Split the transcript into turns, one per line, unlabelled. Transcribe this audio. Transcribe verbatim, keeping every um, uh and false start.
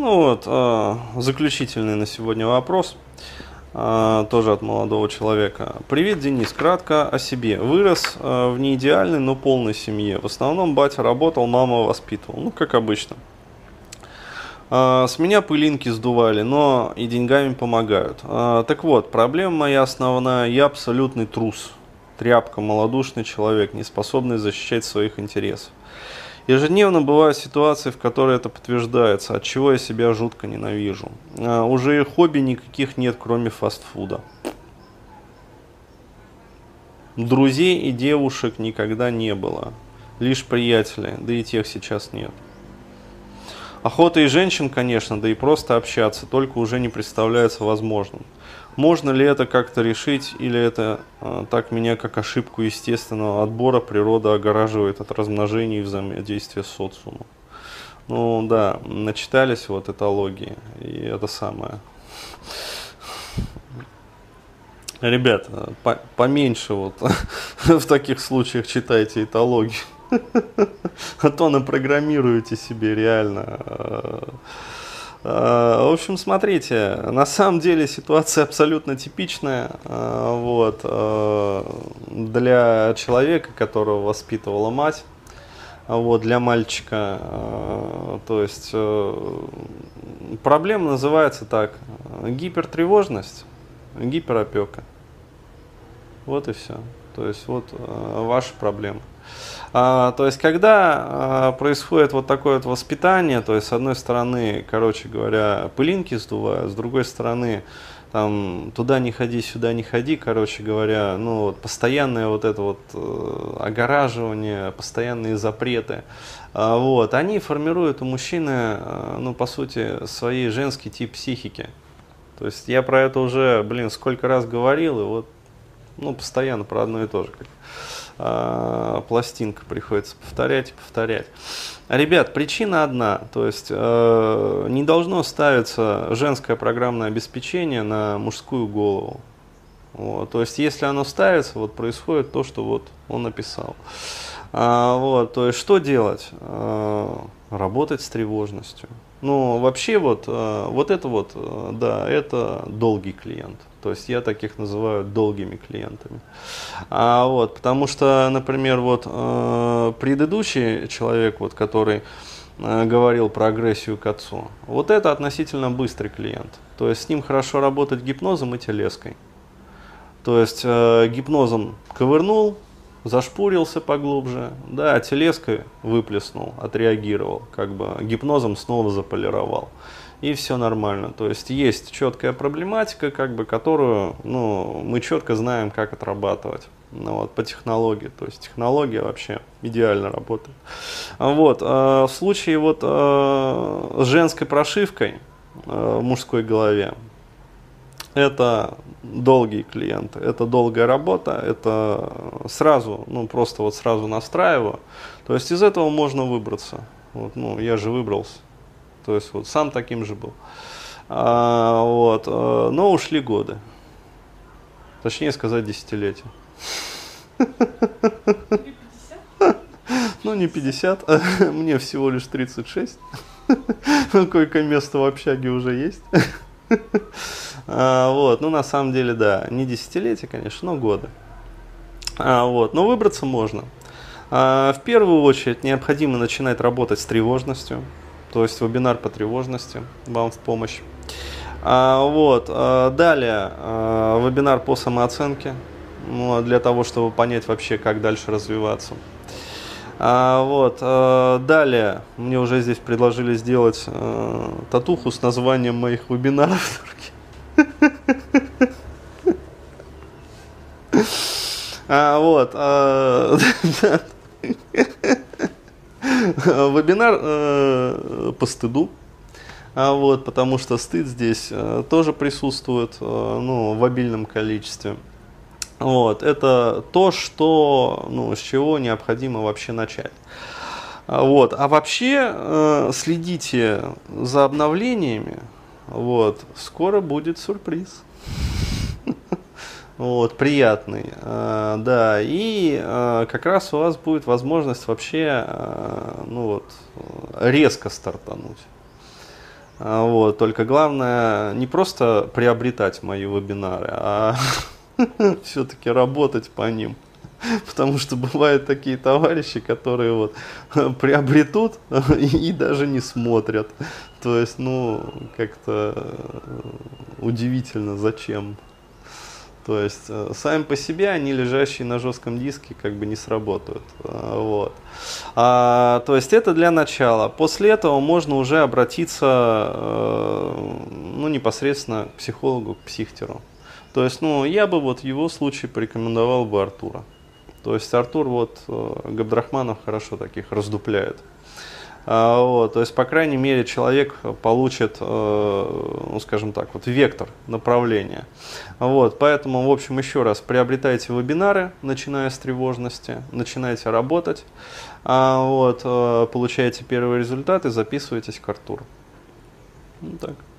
Ну вот, э, заключительный на сегодня вопрос, э, тоже от молодого человека. Привет, Денис. Кратко о себе. Вырос э, в неидеальной, но полной семье. В основном батя работал, мама воспитывал. Ну, как обычно. Э, с меня пылинки сдували, но и деньгами помогают. Э, так вот, проблема моя основная. Я абсолютный трус. Тряпка, малодушный человек, не способный защищать своих интересов. Ежедневно бывают ситуации, в которые это подтверждается, от чего я себя жутко ненавижу. А, уже и хобби никаких нет, кроме фастфуда. Друзей и девушек никогда не было. Лишь приятели, да и тех сейчас нет. Охота и женщин, конечно, да и просто общаться, только уже не представляется возможным. Можно ли это как-то решить, или это э, так меня, как ошибку естественного отбора, природа огораживает от размножения и взаимодействия с социумом? Ну да, начитались вот этологии, и это самое. Ребят, по поменьше вот в таких случаях читайте этологию. А то напрограммируете себе реально. В общем, смотрите, на самом деле ситуация абсолютно типичная вот, для человека, которого воспитывала мать, вот, для мальчика. То есть проблема называется так: гипертревожность, гиперопека. Вот и все. То есть вот ваша проблема. А, то есть, когда а, происходит вот такое вот воспитание, то есть, с одной стороны, короче говоря, пылинки сдувают, с другой стороны, там, туда не ходи, сюда не ходи, короче говоря, ну, вот, постоянное вот это вот э, огораживание, постоянные запреты, а, вот, они формируют у мужчины, э, ну, по сути, свой женский тип психики. То есть, я про это уже, блин, сколько раз говорил, и вот, ну, постоянно про одно и то же, как пластинка, приходится повторять и повторять. Ребят, причина одна, то есть э, не должно ставиться женское программное обеспечение на мужскую голову. Вот, то есть если оно ставится, вот происходит то, что вот он написал. А, вот, то есть что делать? А, работать с тревожностью. Ну, вообще вот, а, вот это вот, а, да, это долгий клиент. То есть я таких называю долгими клиентами. А, вот, потому что, например, вот а, предыдущий человек, вот, который а, говорил про агрессию к отцу, вот это относительно быстрый клиент. То есть с ним хорошо работать гипнозом и телеской. То есть э, гипнозом ковырнул, зашпурился поглубже, да, телеской выплеснул, отреагировал, как бы гипнозом снова заполировал. И все нормально. То есть есть четкая проблематика, как бы, которую, ну, мы четко знаем, как отрабатывать. Ну, вот, по технологии. То есть технология вообще идеально работает. Вот, э, в случае вот, э, с женской прошивкой э, в мужской голове, это долгие клиенты, это долгая работа, это сразу, ну просто вот сразу настраиваю. То есть из этого можно выбраться. Вот, ну, я же выбрался. То есть вот сам таким же был. А, вот, а, но ушли годы. Точнее сказать, десятилетия. Ну, не пятьдесят, мне всего лишь тридцать шесть. Койко-место в общаге уже есть. А, вот, ну на самом деле, да, не десятилетия, конечно, но годы. А, вот, но выбраться можно. А, в первую очередь необходимо начинать работать с тревожностью, то есть вебинар по тревожности вам в помощь. А, вот, а, далее а, вебинар по самооценке, ну, для того, чтобы понять вообще, как дальше развиваться. А, вот, а, далее мне уже здесь предложили сделать а, татуху с названием моих вебинаров. А, вот, а, вебинар а, по стыду, а, вот, потому что стыд здесь а, тоже присутствует, а, ну, в обильном количестве. Вот, это то, что, ну, с чего необходимо вообще начать. А, вот, а вообще э, следите за обновлениями. Вот, скоро будет сюрприз. Вот, приятный. А, да, и а, как раз у вас будет возможность вообще, а, ну вот, резко стартануть. А, вот, только главное не просто приобретать мои вебинары, а все-таки работать по ним. Потому что бывают такие товарищи, которые вот приобретут и, и даже не смотрят. То есть, ну, как-то удивительно, зачем. То есть, сами по себе они, лежащие на жестком диске, как бы не сработают. Вот. А, то есть, это для начала. После этого можно уже обратиться, ну, непосредственно к психологу, к психтеру. То есть, ну, я бы вот в его случае порекомендовал бы Артура. То есть Артур вот Габдрахманов хорошо таких раздупляет. А, вот, то есть, по крайней мере, человек получит, ну, скажем так, вот вектор направления. Вот, поэтому, в общем, еще раз, приобретайте вебинары, начиная с тревожности, начинайте работать, а, вот, получаете первые результаты, записывайтесь к Артуру. Ну, так.